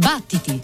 Battiti!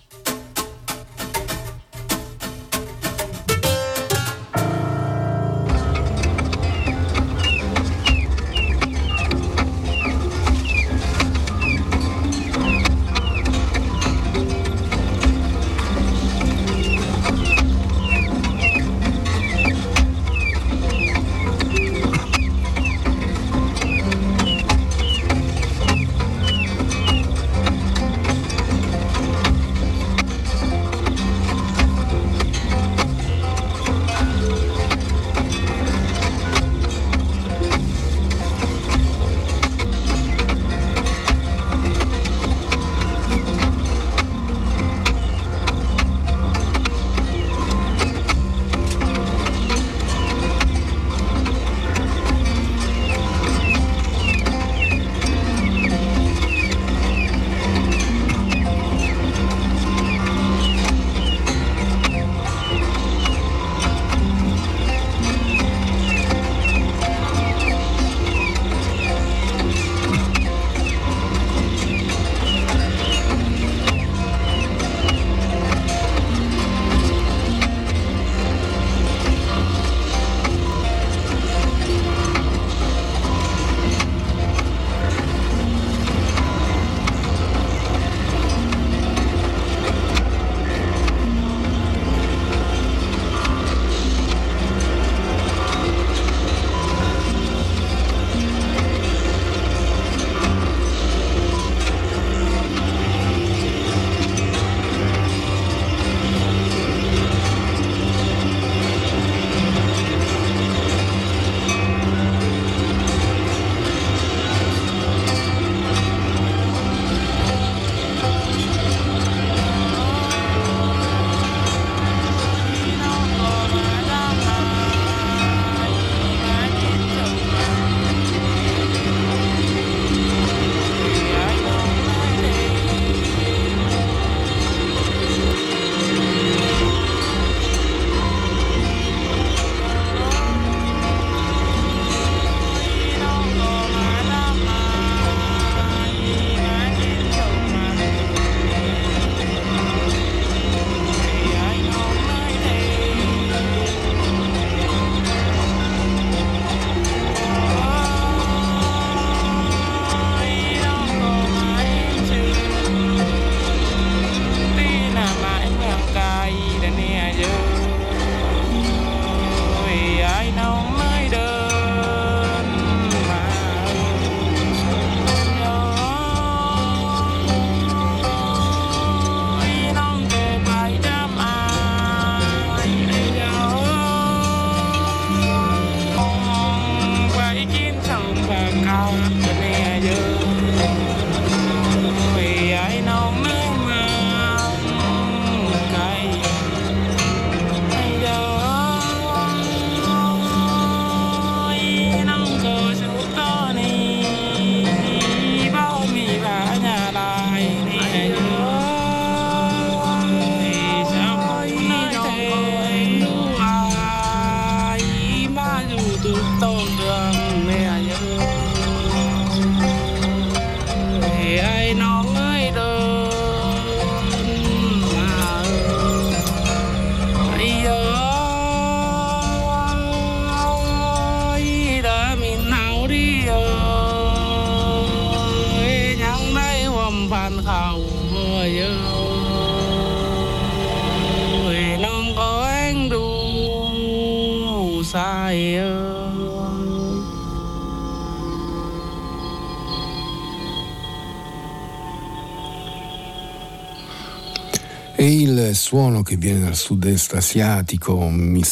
E il suono che viene dal sud-est asiatico,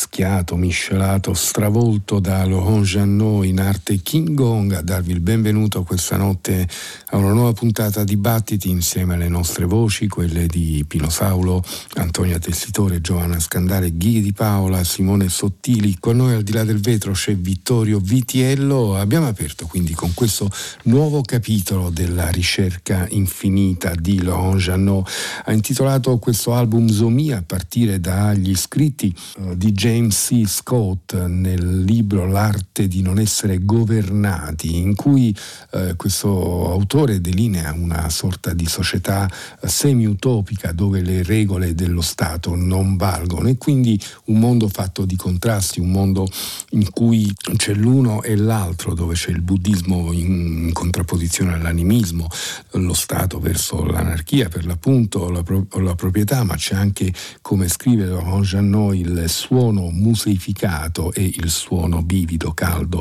miscelato, stravolto da Laurent Jeannot in arte King Gong, a darvi il benvenuto questa notte a una nuova puntata di Battiti insieme alle nostre voci, quelle di Pino Saulo, Antonia Tessitore, Giovanna Scandare, Ghighi di Paola, Simone Sottili. Con noi al di là del vetro c'è Vittorio Vitiello. Abbiamo aperto quindi con questo nuovo capitolo della ricerca infinita di Laurent Jeannot. Ha intitolato questo album con Zomi, a partire dagli scritti di James C. Scott nel libro L'arte di non essere governati, in cui questo autore delinea una sorta di società semi-utopica dove le regole dello Stato non valgono, e quindi un mondo fatto di contrasti, un mondo in cui c'è l'uno e l'altro, dove c'è il buddismo in contrapposizione all'animismo, lo Stato verso l'anarchia, per l'appunto, la proprietà, ma c'è anche, come scrive Laurent Jeannot, il suono museificato e il suono vivido, caldo,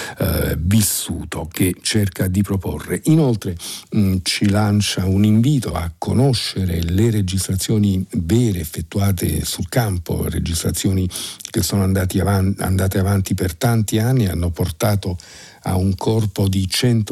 vissuto, che cerca di proporre. Inoltre ci lancia un invito a conoscere le registrazioni vere effettuate sul campo, registrazioni che sono andate avanti per tanti anni, hanno portato a un corpo di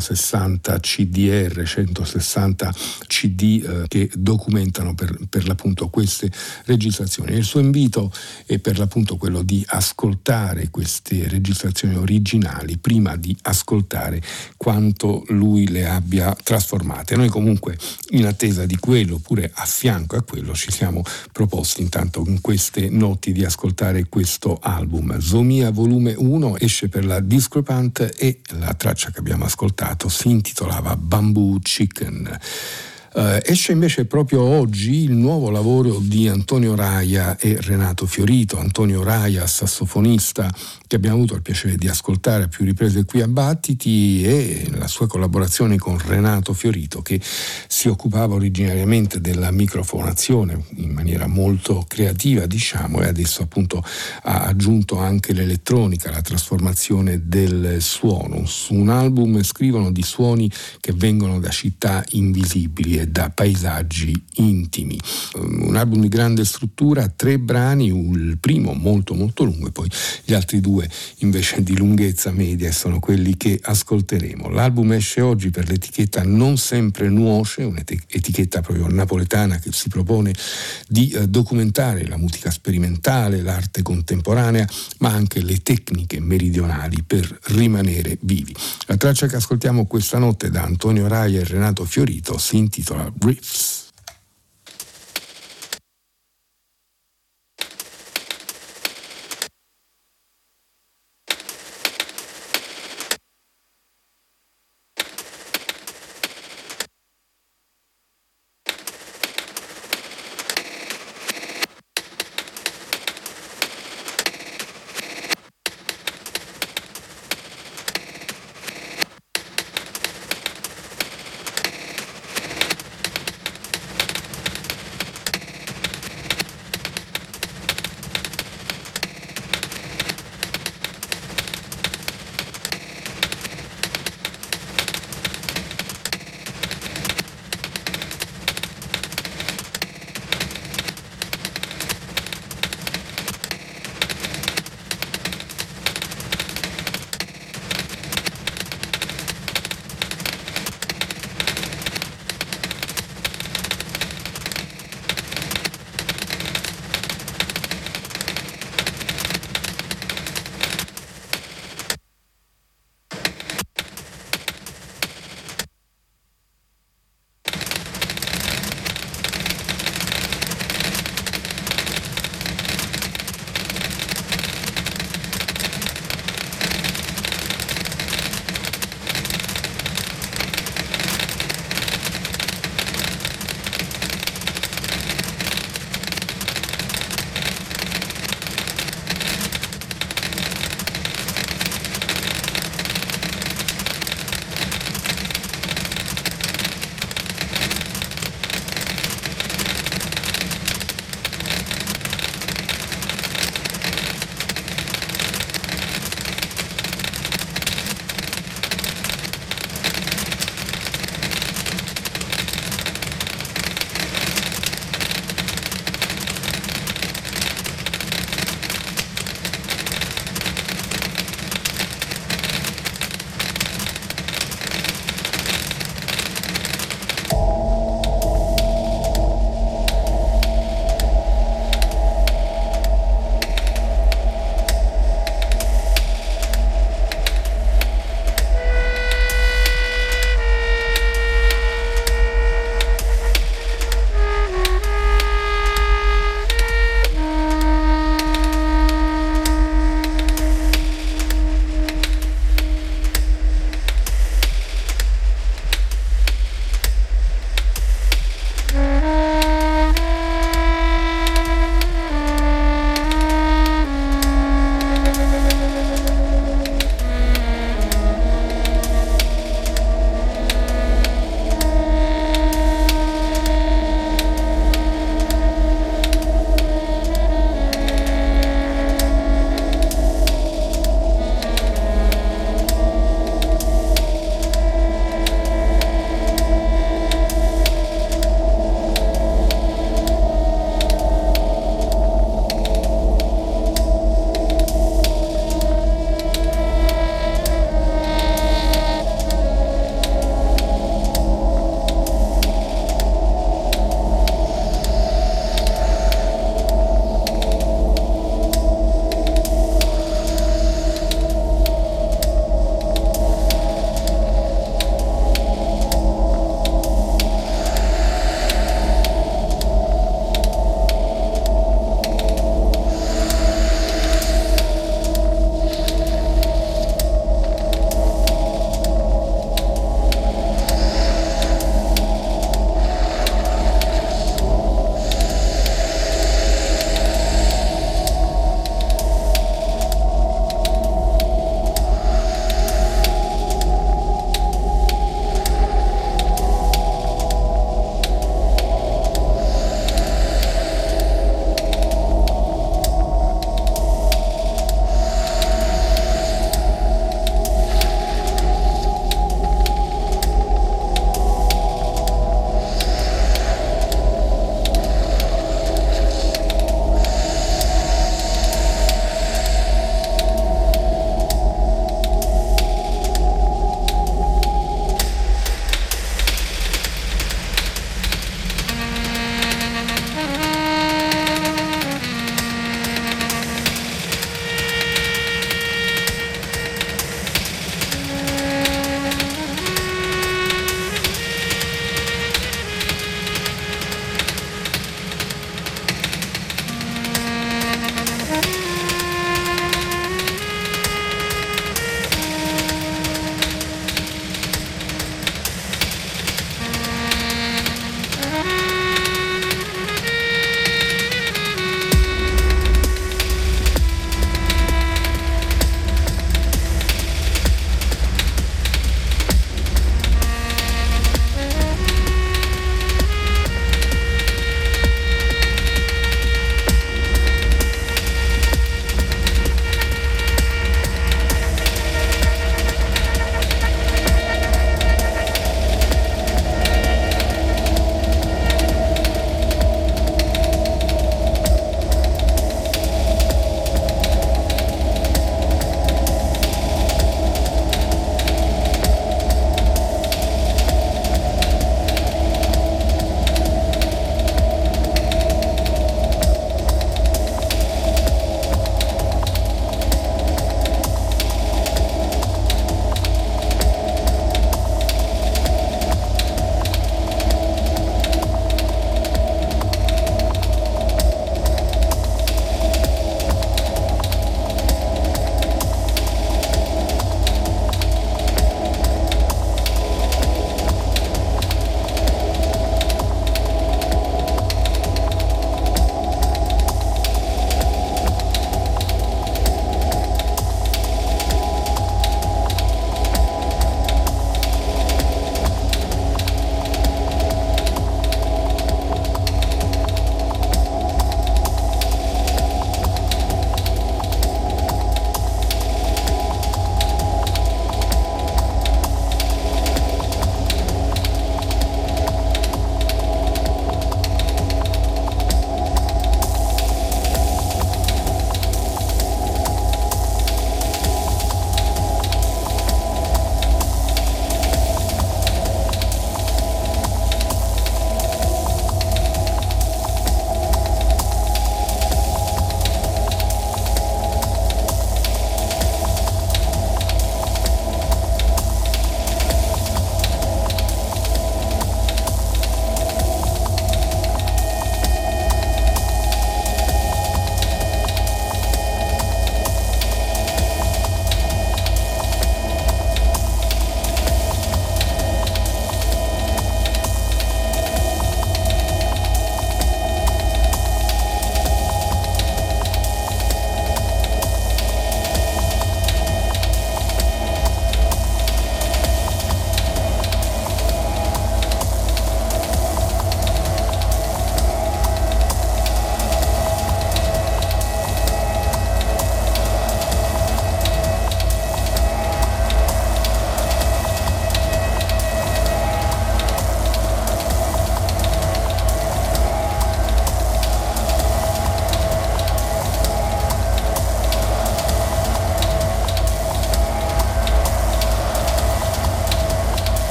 160 CDR, 160 CD che documentano per l'appunto queste registrazioni. Il suo invito è per l'appunto quello di ascoltare queste registrazioni originali prima di ascoltare quanto lui le abbia trasformate. Noi comunque, in attesa di quello, oppure a fianco a quello, ci siamo proposti intanto in queste notti di ascoltare questo album. Zomia volume 1 esce per la Discrepant e la traccia che abbiamo ascoltato si intitolava Bamboo Chicken. Esce invece proprio oggi il nuovo lavoro di Antonio Raia e Renato Fiorito. Antonio Raia, sassofonista, che abbiamo avuto il piacere di ascoltare a più riprese qui a Battiti, e la sua collaborazione con Renato Fiorito, che si occupava originariamente della microfonazione in maniera molto creativa, diciamo, e adesso appunto ha aggiunto anche l'elettronica, la trasformazione del suono. Su un album scrivono di suoni che vengono da città invisibili e da paesaggi intimi. Un album di grande struttura, 3 brani, il primo molto molto lungo e poi gli altri 2 invece di lunghezza media, e sono quelli che ascolteremo. L'album esce oggi per l'etichetta Non Sempre Nuoce, un'etichetta proprio napoletana che si propone di documentare la musica sperimentale, l'arte contemporanea, ma anche le tecniche meridionali per rimanere vivi. La traccia che ascoltiamo questa notte da Antonio Raia e Renato Fiorito si intitola Riffs.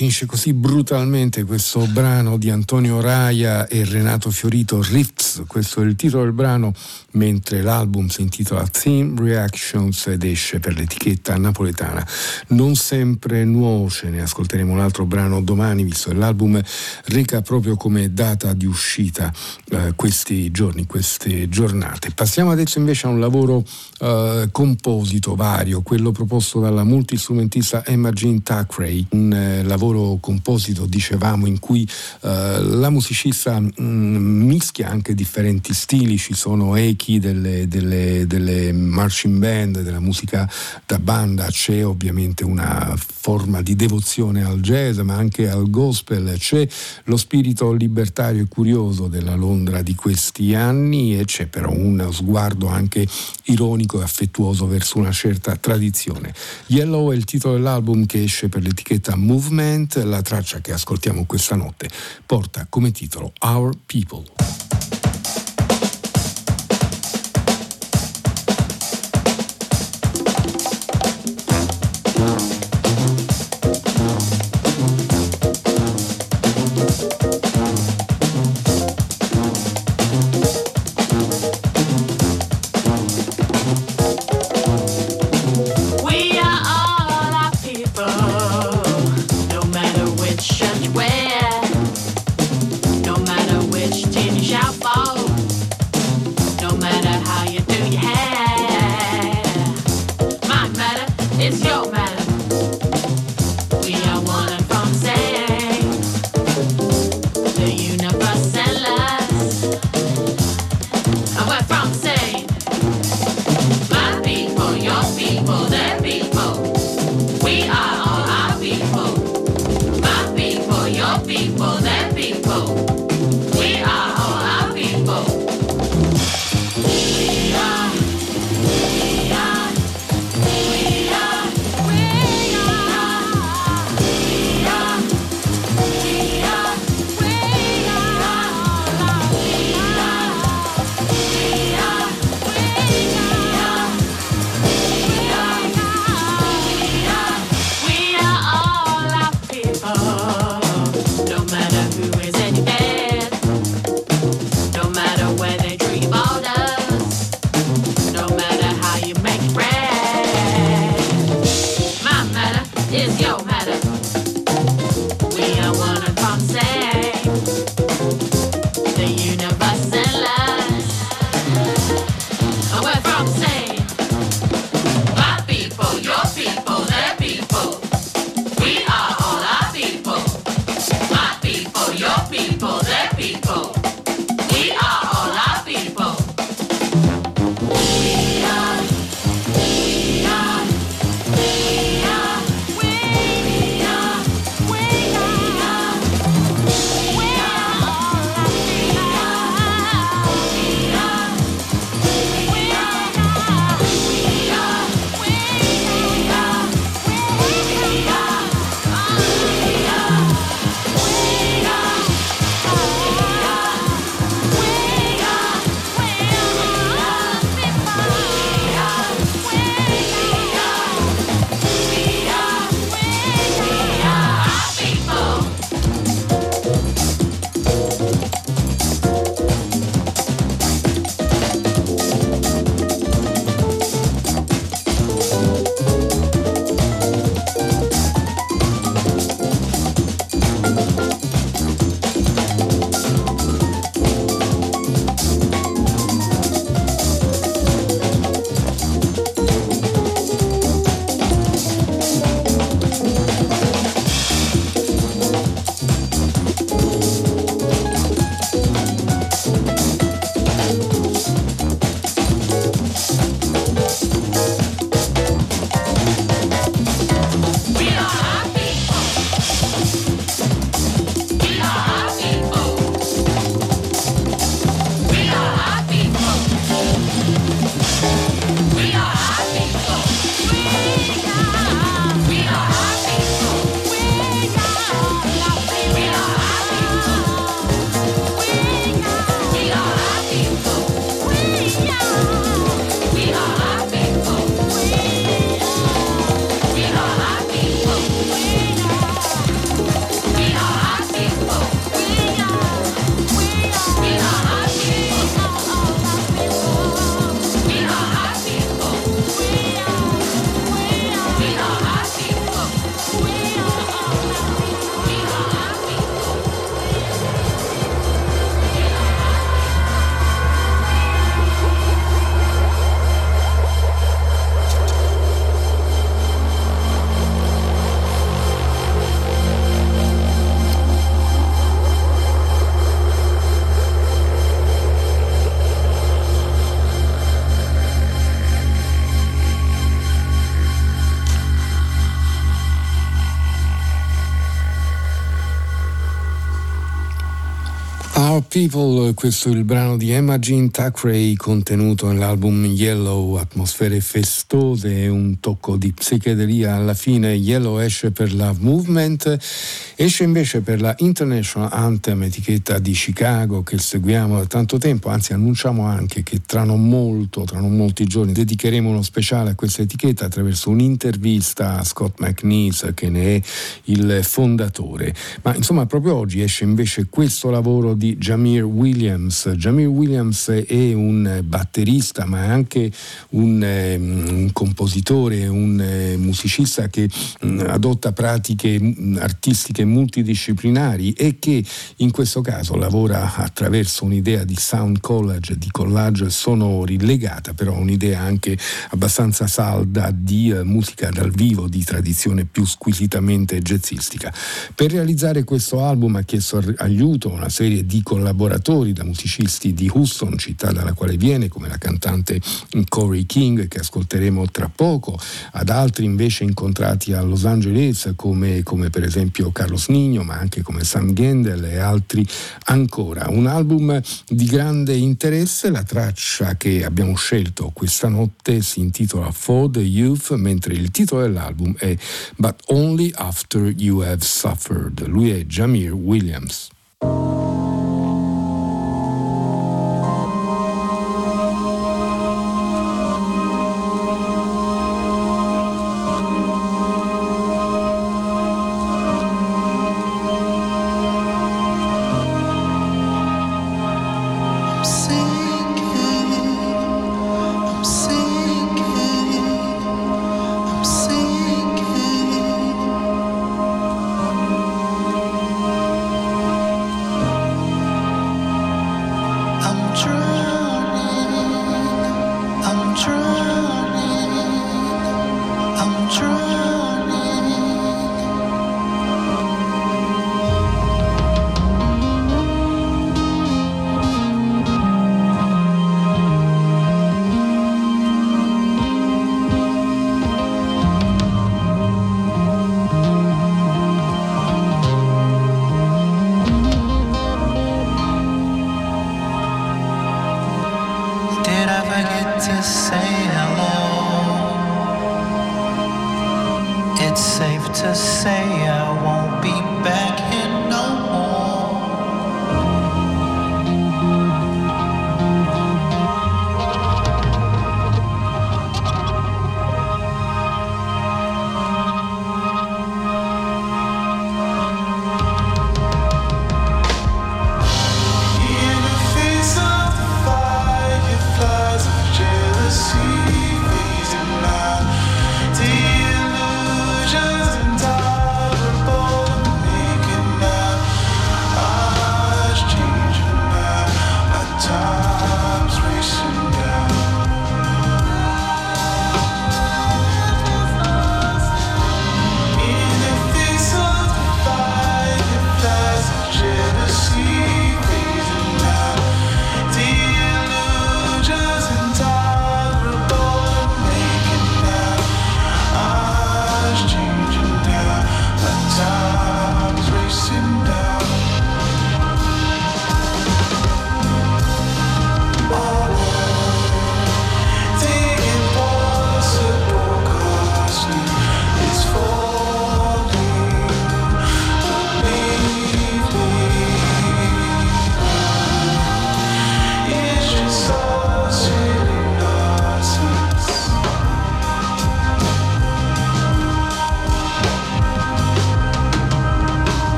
finisce così brutalmente questo brano di Antonio Raia e Renato Fiorito, Rifts, questo è il titolo del brano, mentre l'album si intitola Theme Reactions ed esce per l'etichetta napoletana Non Sempre Nuoce. Ne ascolteremo un altro brano domani, visto che l'album reca proprio come data di uscita questi giorni, queste giornate. Passiamo adesso invece a un lavoro composito vario, quello proposto dalla multistrumentista Emma Jean Thackeray, un lavoro composito, dicevamo, in cui la musicista mischia anche differenti stili. Ci sono echi delle marching band, della musica da banda, c'è ovviamente una forma di devozione al jazz ma anche al gospel, c'è lo spirito libertario e curioso della Londra di questi anni e c'è però uno sguardo anche ironico e affettuoso verso una certa tradizione. Yellow è il titolo dell'album che esce per l'etichetta Movement. La traccia che ascoltiamo questa notte porta come titolo Our People. No matter who is any Our People, questo è il brano di Emma Jean Thackeray contenuto nell'album Yellow, atmosfere festose e un tocco di psichedelia alla fine. Yellow esce per la Movement, esce invece per la International Anthem, etichetta di Chicago che seguiamo da tanto tempo, anzi annunciamo anche che tra non molti giorni dedicheremo uno speciale a questa etichetta attraverso un'intervista a Scott McNeese che ne è il fondatore. Ma insomma proprio oggi esce invece questo lavoro di Jameer Williams. Jameer Williams è un batterista ma è anche un compositore, un musicista che adotta pratiche artistiche multidisciplinari e che in questo caso lavora attraverso un'idea di sound collage, di collage sonori, legata però a un'idea anche abbastanza salda di musica dal vivo di tradizione più squisitamente jazzistica. Per realizzare questo album ha chiesto aiuto a una serie di collaboratori, da musicisti di Houston, città dalla quale viene, come la cantante Corey King che ascolteremo tra poco, ad altri invece incontrati a Los Angeles come per esempio Carlos Nino, ma anche come Sam Gendel e altri ancora. Un album di grande interesse. La traccia che abbiamo scelto questa notte si intitola For the Youth, mentre il titolo dell'album è But Only After You Have Suffered. Lui è Jameer Williams.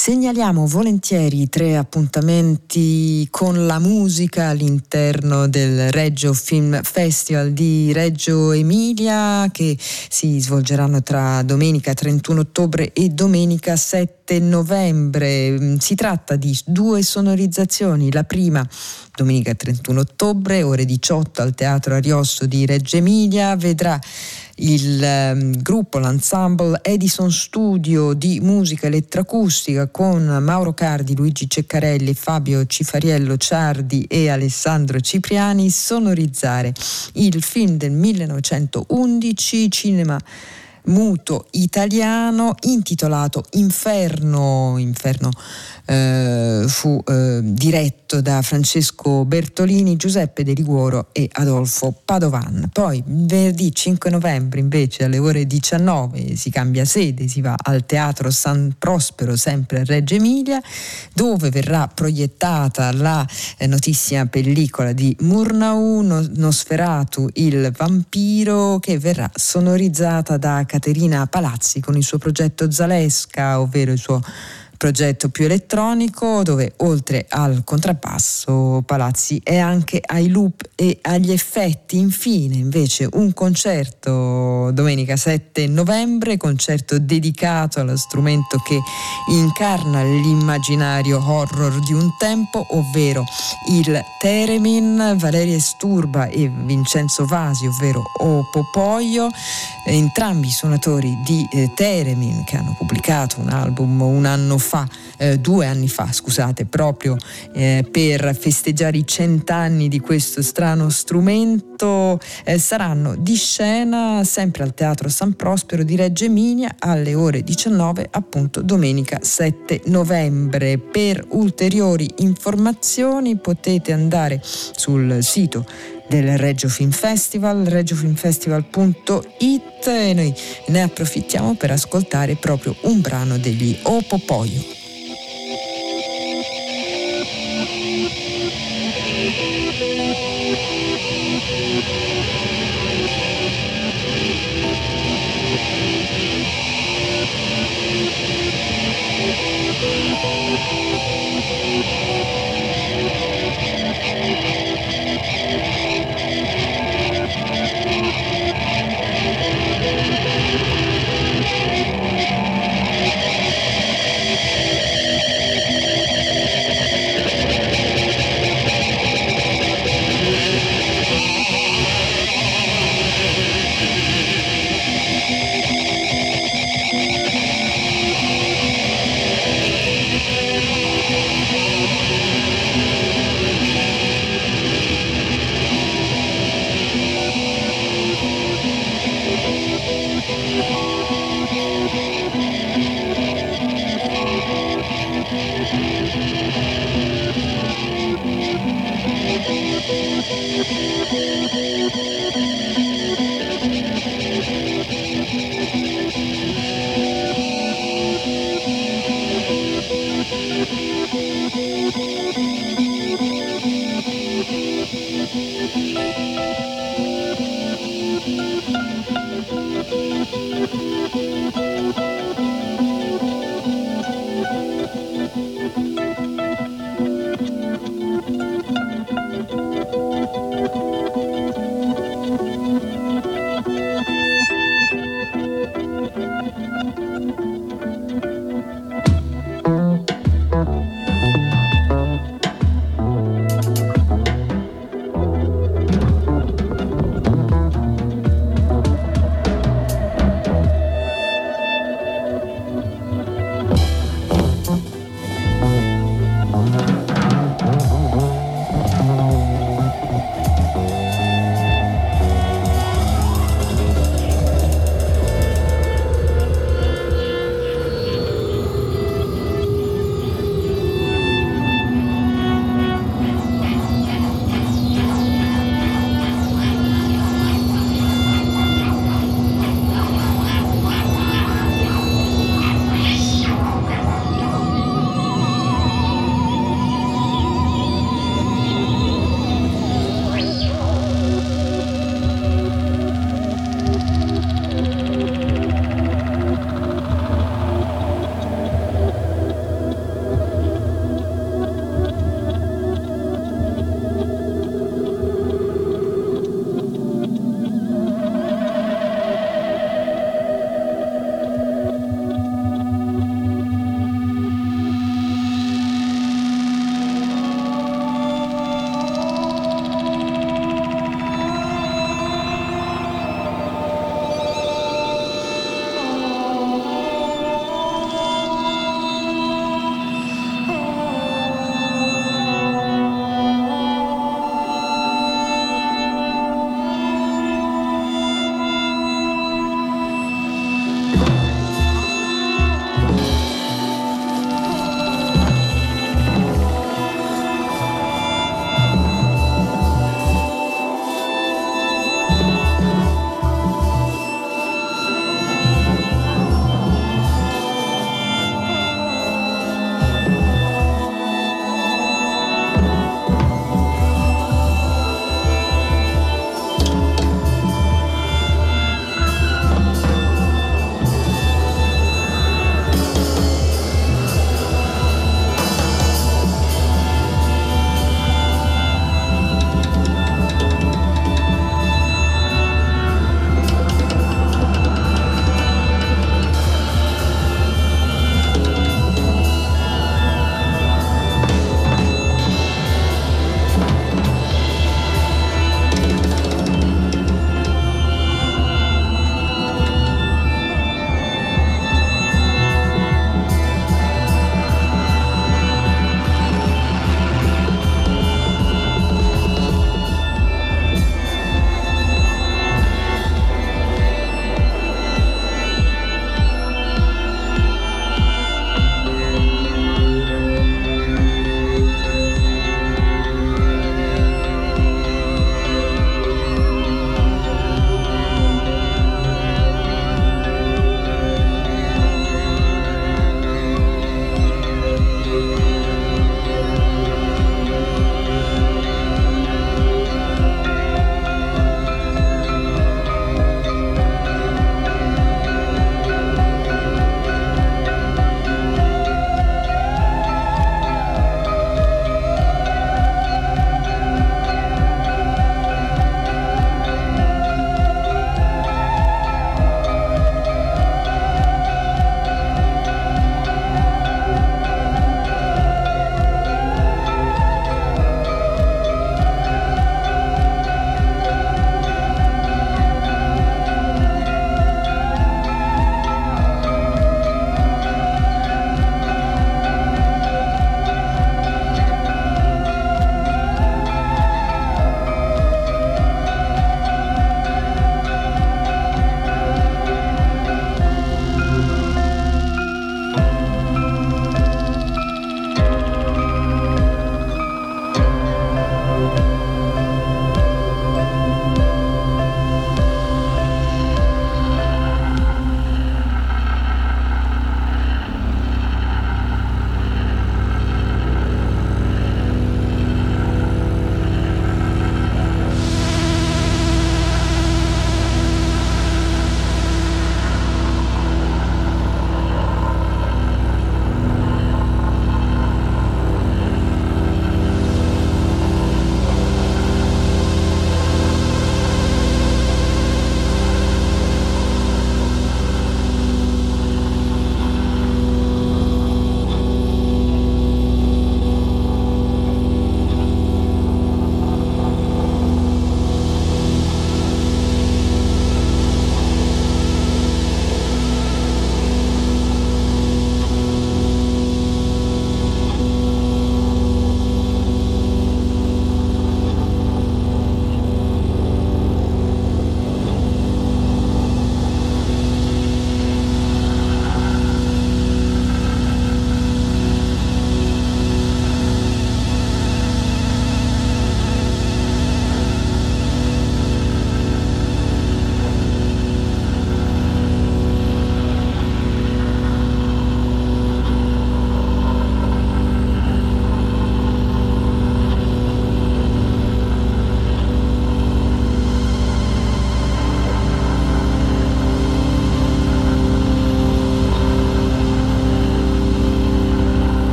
Segnaliamo volentieri 3 appuntamenti con la musica all'interno del Reggio Film Festival di Reggio Emilia, che si svolgeranno tra domenica 31 ottobre e domenica 7 novembre. Si tratta di 2 sonorizzazioni. La prima domenica 31 ottobre, ore 18 al Teatro Ariosto di Reggio Emilia, vedrà il gruppo, l'ensemble Edison Studio di musica elettroacustica con Mauro Cardi, Luigi Ceccarelli, Fabio Cifariello Ciardi e Alessandro Cipriani sonorizzare il film del 1911, cinema muto italiano, intitolato Inferno. Fu diretto da Francesco Bertolini, Giuseppe De Liguoro e Adolfo Padovan. Poi venerdì 5 novembre invece alle ore 19 si cambia sede, si va al Teatro San Prospero, sempre a Reggio Emilia, dove verrà proiettata la notissima pellicola di Murnau, Nosferatu il vampiro, che verrà sonorizzata da Caterina Palazzi con il suo progetto Zalesca, ovvero il suo progetto più elettronico, dove oltre al contrabbasso Palazzi è anche ai loop e agli effetti. Infine invece un concerto domenica 7 novembre, concerto dedicato allo strumento che incarna l'immaginario horror di un tempo, ovvero il Theremin. Valeria Sturba e Vincenzo Vasi, ovvero O Popoio, entrambi suonatori di Theremin, che hanno pubblicato un album un anno fa, 2 anni fa, scusate, proprio per festeggiare i 100 anni di questo strano strumento, saranno di scena sempre al Teatro San Prospero di Reggio Emilia alle ore 19, appunto domenica 7 novembre. Per ulteriori informazioni potete andare sul sito del Reggio Film Festival, reggiofilmfestival.it, e noi ne approfittiamo per ascoltare proprio un brano degli O Popoio.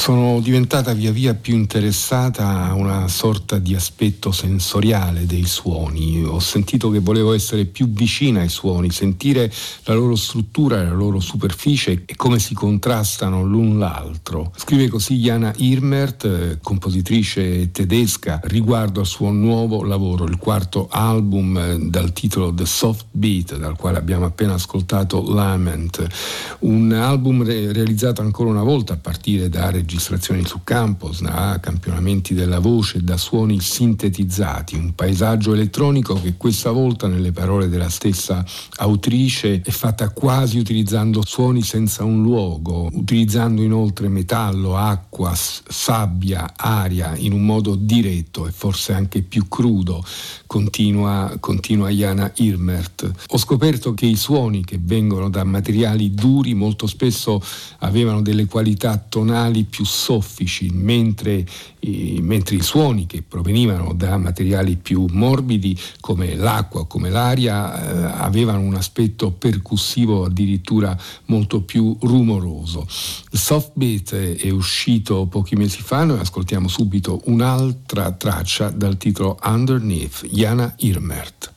Sono diventata via via più interessata a una sorta di aspetto sensoriale dei suoni. Ho sentito che volevo essere più vicina ai suoni, sentire la loro struttura, la loro superficie e come si contrastano l'un l'altro. Scrive così Jana Irmert, compositrice tedesca, riguardo al suo nuovo lavoro, il quarto album dal titolo The Soft Beat, dal quale abbiamo appena ascoltato Lament. Un album realizzato ancora una volta a partire da registrazioni su campo, da campionamenti della voce, da suoni sintetizzati, un paesaggio elettronico che questa volta, nelle parole della stessa autrice, è fatta quasi utilizzando suoni senza un luogo, utilizzando inoltre metallo, acqua, sabbia, aria in un modo diretto e forse anche più crudo, continua Jana Irmert. Ho scoperto che i suoni che vengono da materiali duri molto spesso avevano delle qualità tonali più soffici, mentre i suoni che provenivano da materiali più morbidi come l'acqua o come l'aria avevano un aspetto percussivo addirittura molto più rumoroso. Il soft beat è uscito pochi mesi fa, noi ascoltiamo subito un'altra traccia dal titolo Underneath, Jana Irmert.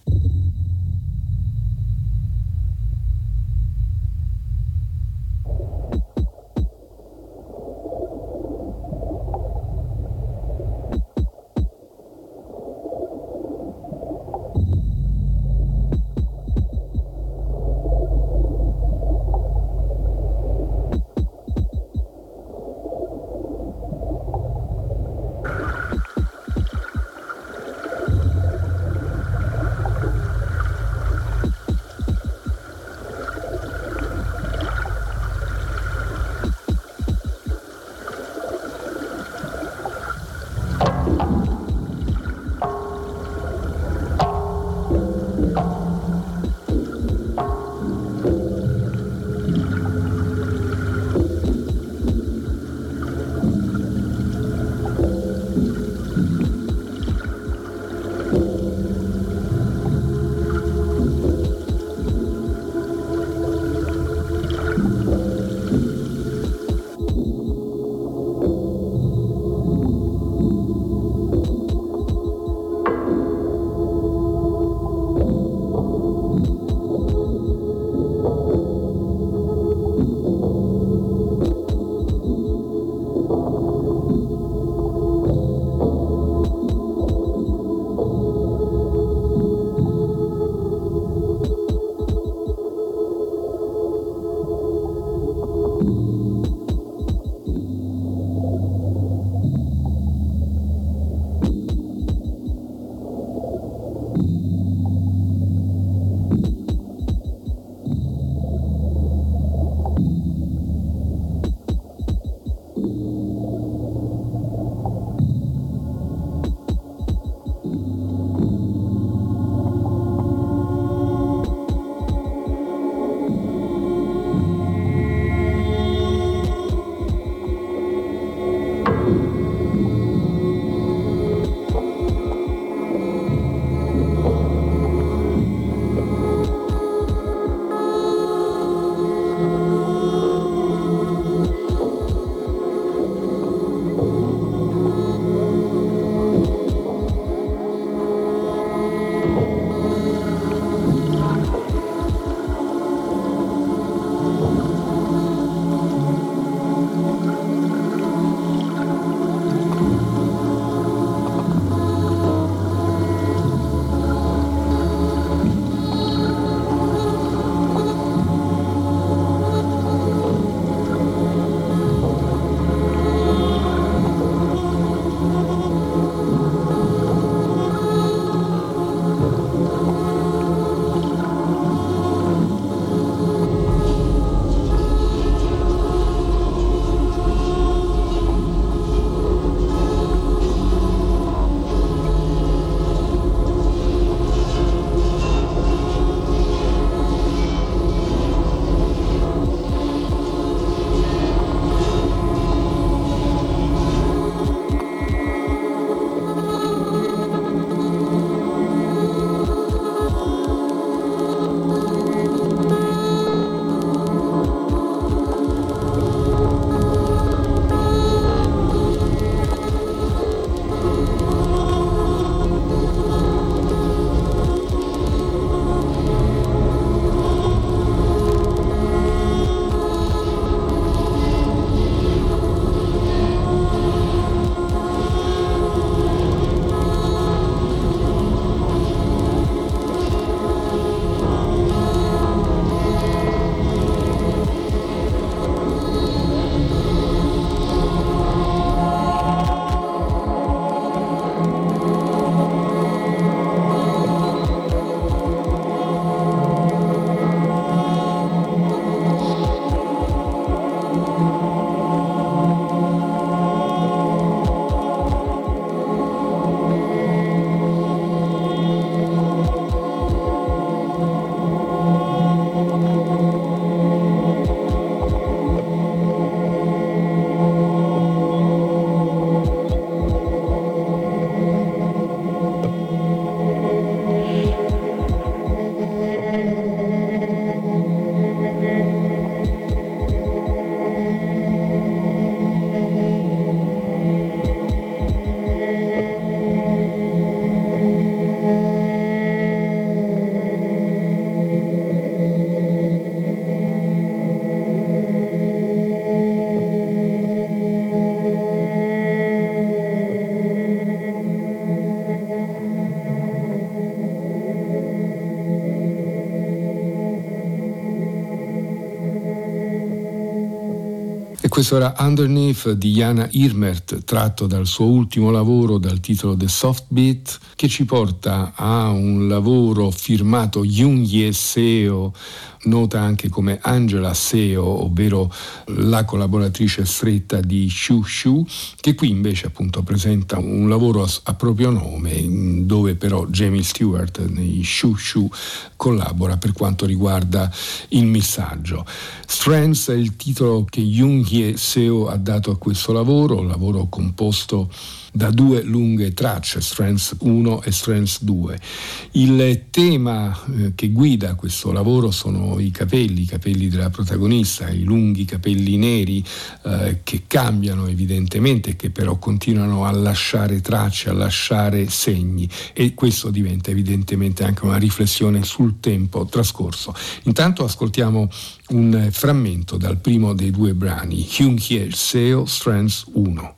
questo era Underneath di Jana Irmert, tratto dal suo ultimo lavoro dal titolo The Soft Beat, che ci porta a un lavoro firmato Yoonhye Seo, nota anche come Angela Seo, ovvero la collaboratrice stretta di Shu Shu, che qui invece appunto presenta un lavoro a proprio nome, dove però Jamie Stewart nei Shu Shu collabora per quanto riguarda il missaggio. Strands è il titolo che Yoonhye Seo ha dato a questo lavoro, un lavoro composto da 2 lunghe tracce, Strands 1 e Strands 2. Il tema che guida questo lavoro sono i capelli della protagonista, i lunghi capelli neri che cambiano evidentemente, che però continuano a lasciare tracce, a lasciare segni, e questo diventa evidentemente anche una riflessione sul tempo trascorso. Intanto ascoltiamo un frammento dal primo dei 2 brani, Yoonhye Seo, Strands 1.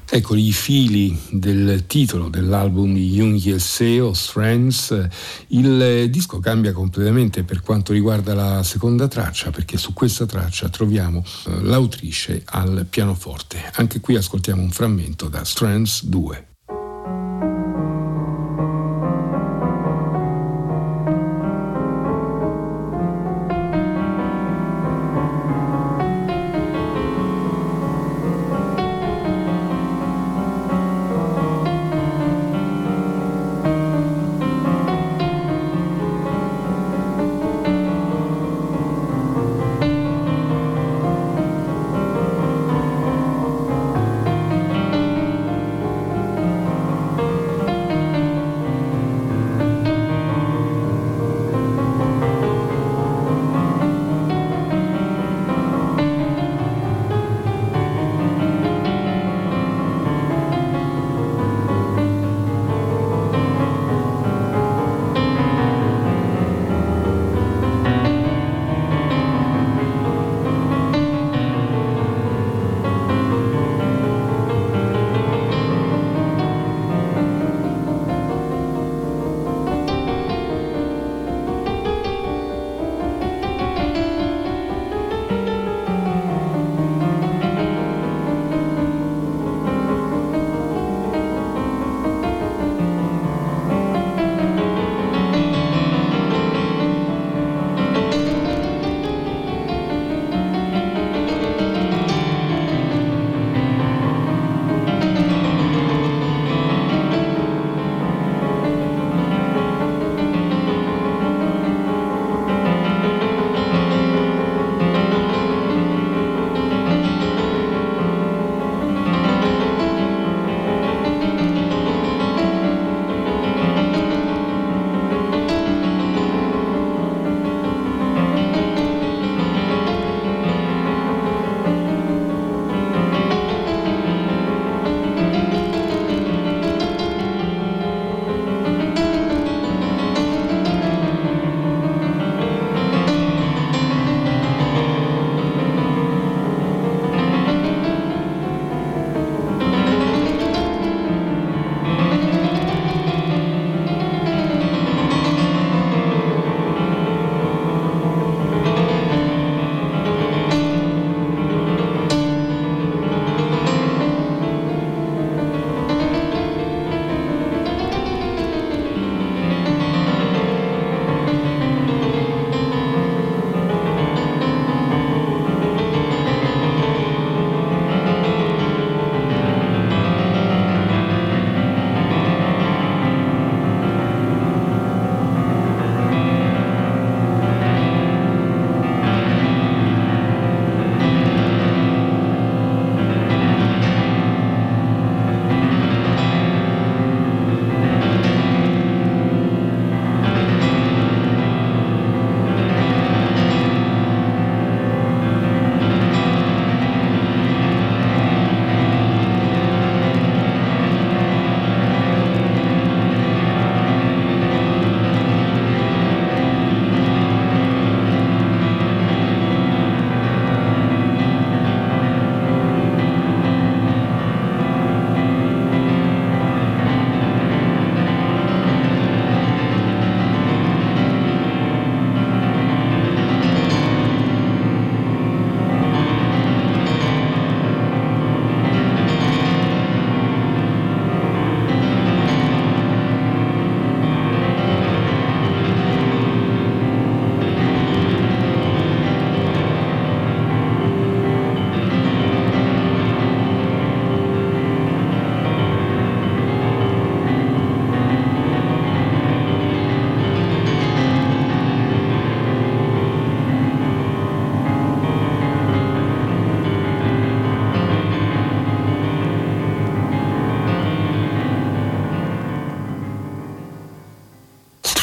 Ecco i fili del titolo dell'album di Yoon Ye-seo, Strands. Il disco cambia completamente per quanto riguarda la seconda traccia, perché su questa traccia troviamo l'autrice al pianoforte. Anche qui ascoltiamo un frammento da Strands 2.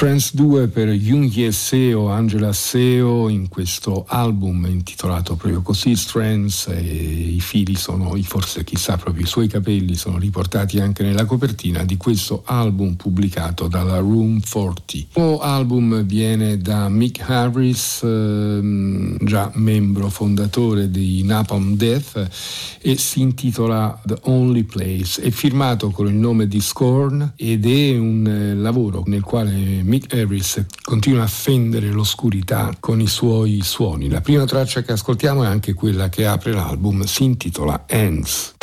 Friends 2 per Yoonhye Seo, Angela Seo, in questo album intitolato proprio così, Strands, e i fili sono, forse chissà proprio i suoi capelli sono riportati anche nella copertina di questo album pubblicato dalla Room 40. Il nuovo album viene da Mick Harris, già membro fondatore di Napalm Death, e si intitola The Only Place. È firmato con il nome di Scorn ed è un lavoro nel quale Mick Harris continua a fendere l'oscurità con i suoi suoni. La prima traccia che ascoltiamo è anche quella che apre l'album, si intitola Hands.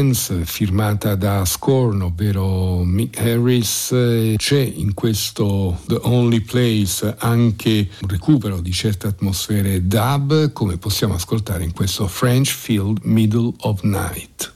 Dance, firmata da Scorn, ovvero Mick Harris. C'è in questo The Only Place anche un recupero di certe atmosfere dub, come possiamo ascoltare in questo French Field Middle of Night.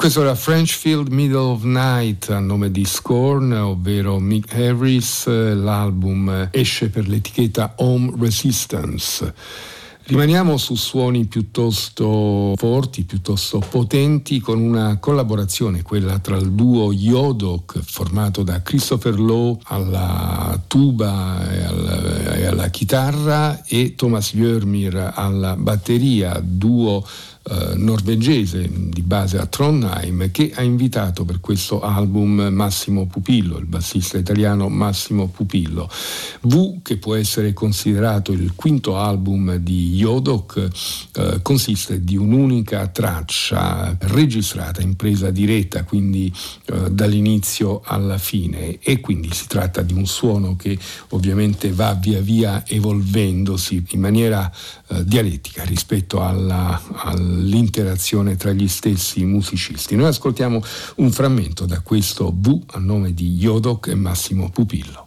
Questo era French Field Middle of Night a nome di Scorn, ovvero Mick Harris. L'album esce per l'etichetta Home Resistance. Rimaniamo su suoni piuttosto forti, piuttosto potenti, con una collaborazione, quella tra il duo Yodok, formato da Christopher Lowe alla tuba e alla chitarra, e Thomas Jömir alla batteria, duo norvegese di base a Trondheim, che ha invitato per questo album Massimo Pupillo, il bassista italiano Massimo Pupillo. V, che può essere considerato il quinto album di Yodok, consiste di un'unica traccia registrata in presa diretta, quindi dall'inizio alla fine, e quindi si tratta di un suono che ovviamente va via via evolvendosi in maniera dialettica rispetto all'interazione tra gli stessi musicisti. Noi ascoltiamo un frammento da questo V a nome di Yodok e Massimo Pupillo.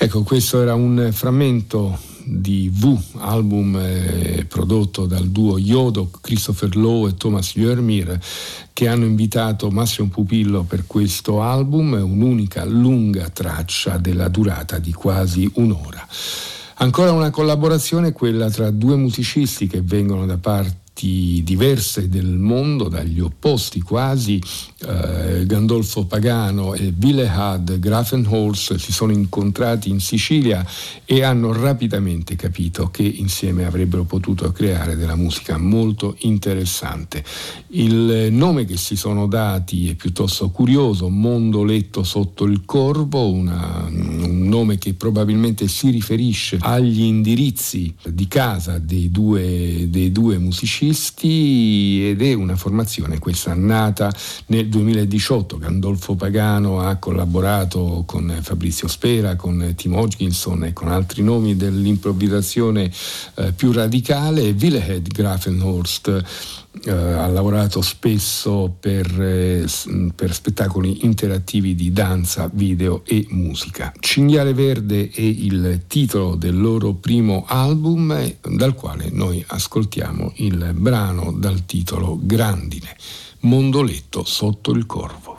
Ecco, questo era un frammento di V, album prodotto dal duo Yodo, Christopher Lowe e Thomas Lermir, che hanno invitato Massimo Pupillo per questo album, un'unica lunga traccia della durata di quasi un'ora. Ancora una collaborazione, quella tra due musicisti che vengono da parti diverse del mondo, dagli opposti quasi. Gandolfo Pagano e Willehad Grafenholz si sono incontrati in Sicilia e hanno rapidamente capito che insieme avrebbero potuto creare della musica molto interessante. Il nome che si sono dati è piuttosto curioso: Mondoletto sotto il corvo, un nome che probabilmente si riferisce agli indirizzi di casa dei due musicisti, ed è una formazione questa nata nel 2018. Gandolfo Pagano ha collaborato con Fabrizio Spera, con Tim Hodgkinson e con altri nomi dell'improvvisazione più radicale. Willehad Grafenholz ha lavorato spesso per spettacoli interattivi di danza, video e musica. Cinghiale Verde è il titolo del loro primo album, dal quale noi ascoltiamo il brano dal titolo Grandine, Mondoletto sotto il corvo.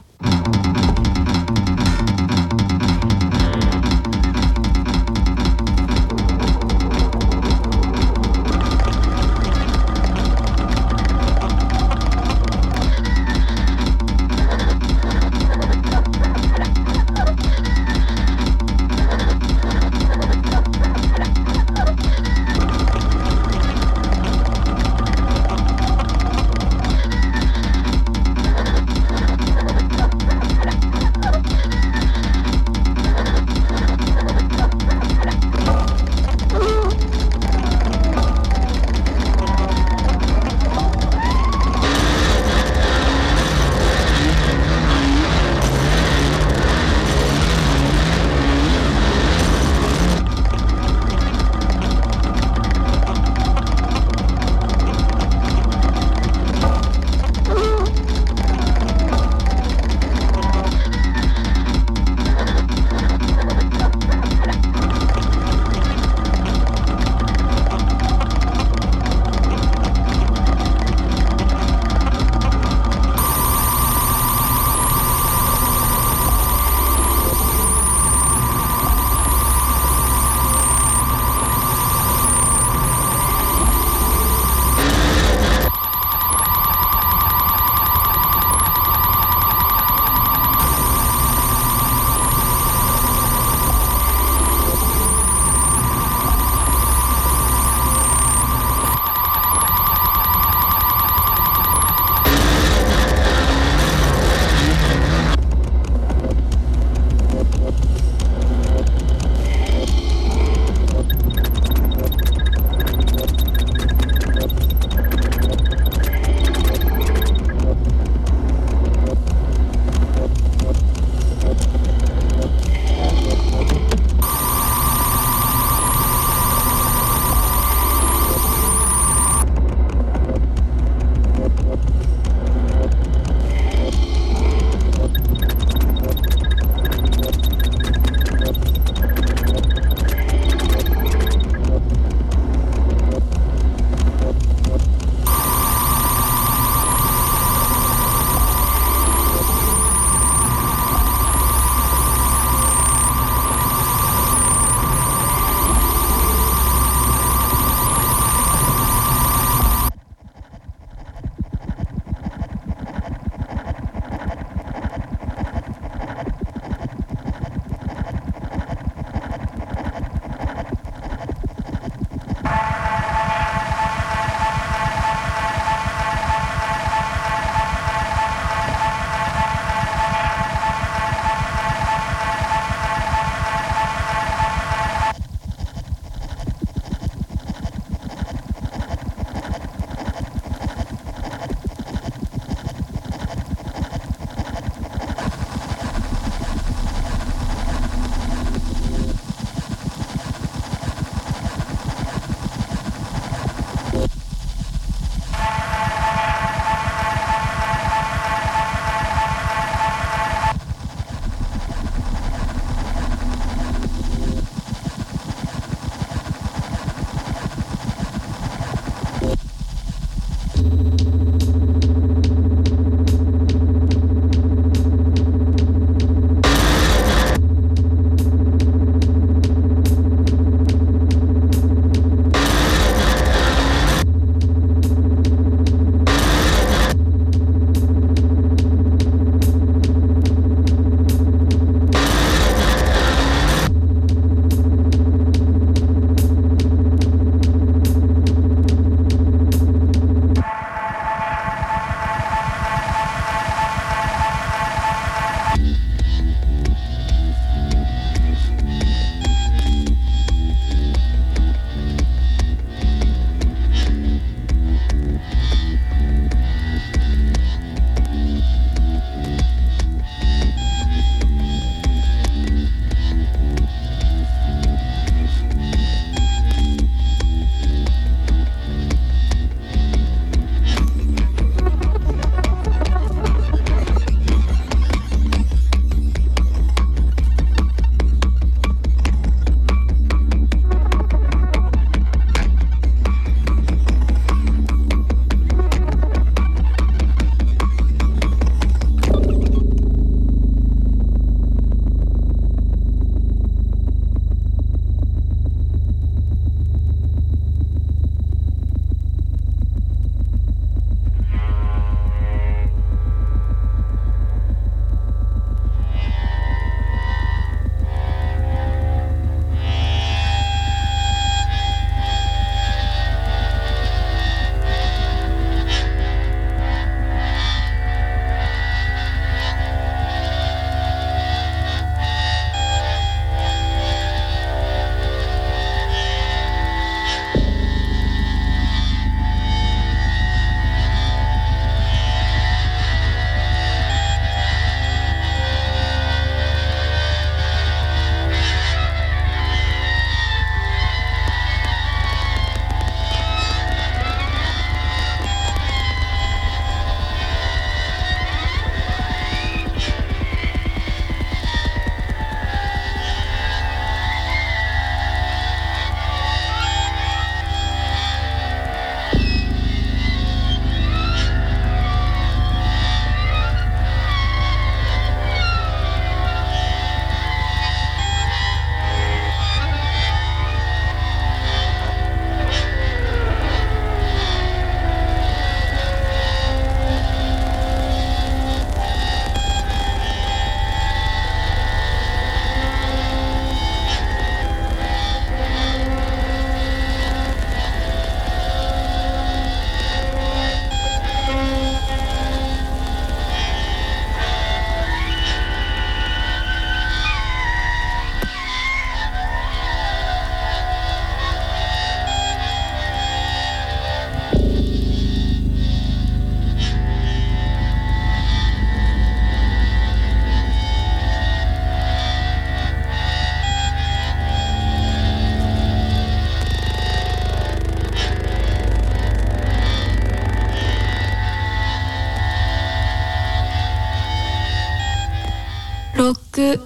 6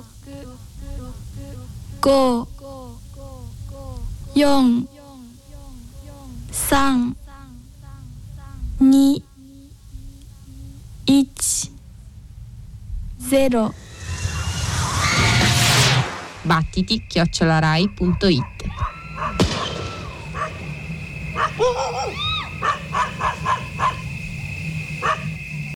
5 4 3 2 1 0. Battiti@rai.it